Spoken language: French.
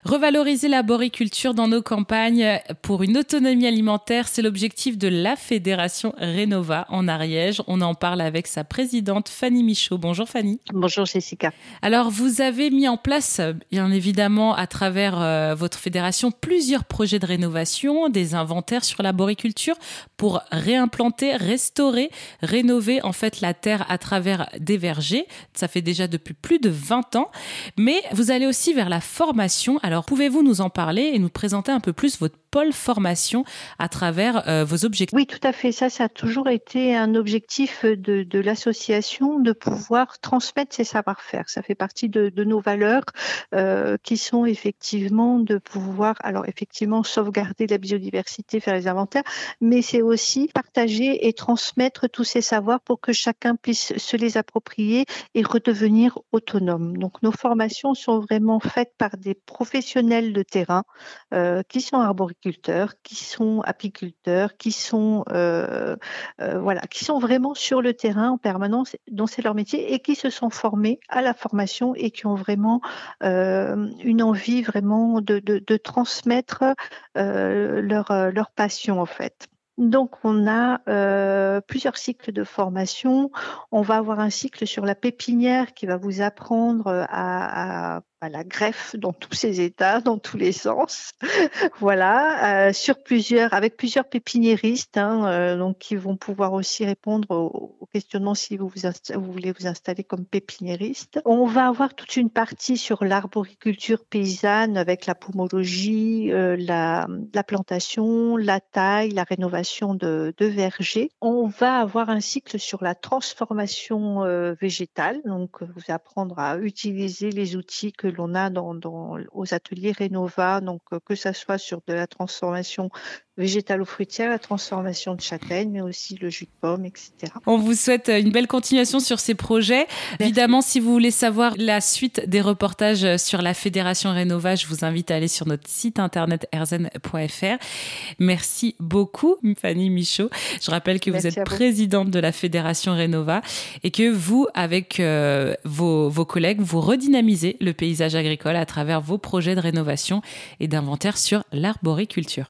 Revaloriser l'arboriculture dans nos campagnes pour une autonomie alimentaire, c'est l'objectif de la Fédération Rénova en Ariège. On en parle avec sa présidente Fanny Michaud. Bonjour Fanny. Bonjour Jessica. Alors vous avez mis en place, bien évidemment, à travers votre fédération, plusieurs projets de rénovation, des inventaires sur l'arboriculture pour réimplanter, restaurer, rénover en fait la terre à travers des vergers. Ça fait déjà depuis plus de 20 ans. Mais vous allez aussi vers la formation. Alors, pouvez-vous nous en parler et nous présenter un peu plus votre pôle formation à travers vos objectifs? Oui, tout à fait. Ça a toujours été un objectif de l'association de pouvoir transmettre ses savoir-faire. Ça fait partie de nos valeurs qui sont effectivement de pouvoir, alors effectivement, sauvegarder la biodiversité, faire les inventaires, mais c'est aussi partager et transmettre tous ces savoirs pour que chacun puisse se les approprier et redevenir autonome. Donc, nos formations sont vraiment faites par des professionnels de terrain qui sont arboriculteurs, qui sont apiculteurs, qui sont qui sont vraiment sur le terrain en permanence, dont c'est leur métier, et qui se sont formés à la formation et qui ont vraiment une envie vraiment de transmettre leur passion en fait. Donc, on a plusieurs cycles de formation. On va avoir un cycle sur la pépinière qui va vous apprendre à la greffe dans tous ses états, dans tous les sens. Voilà, avec plusieurs pépiniéristes, donc qui vont pouvoir aussi répondre aux questionnements si vous voulez vous installer comme pépiniériste. On va avoir toute une partie sur l'arboriculture paysanne avec la pomologie, la plantation, la taille, la rénovation de vergers. On va avoir un cycle sur la transformation végétale, donc vous apprendre à utiliser les outils que l'on a aux ateliers Rénova, donc que ça soit sur de la transformation végétale ou fruitière, la transformation de châtaigne, mais aussi le jus de pomme, etc. On vous souhaite une belle continuation sur ces projets. Merci. Évidemment, si vous voulez savoir la suite des reportages sur la Fédération Rénova, je vous invite à aller sur notre site internet erzen.fr. Merci beaucoup, Fanny Michaud. Je rappelle que vous êtes présidente de la Fédération Rénova et que vous, avec vos collègues, vous redynamisez le paysage agricole à travers vos projets de rénovation et d'inventaire sur l'arboriculture.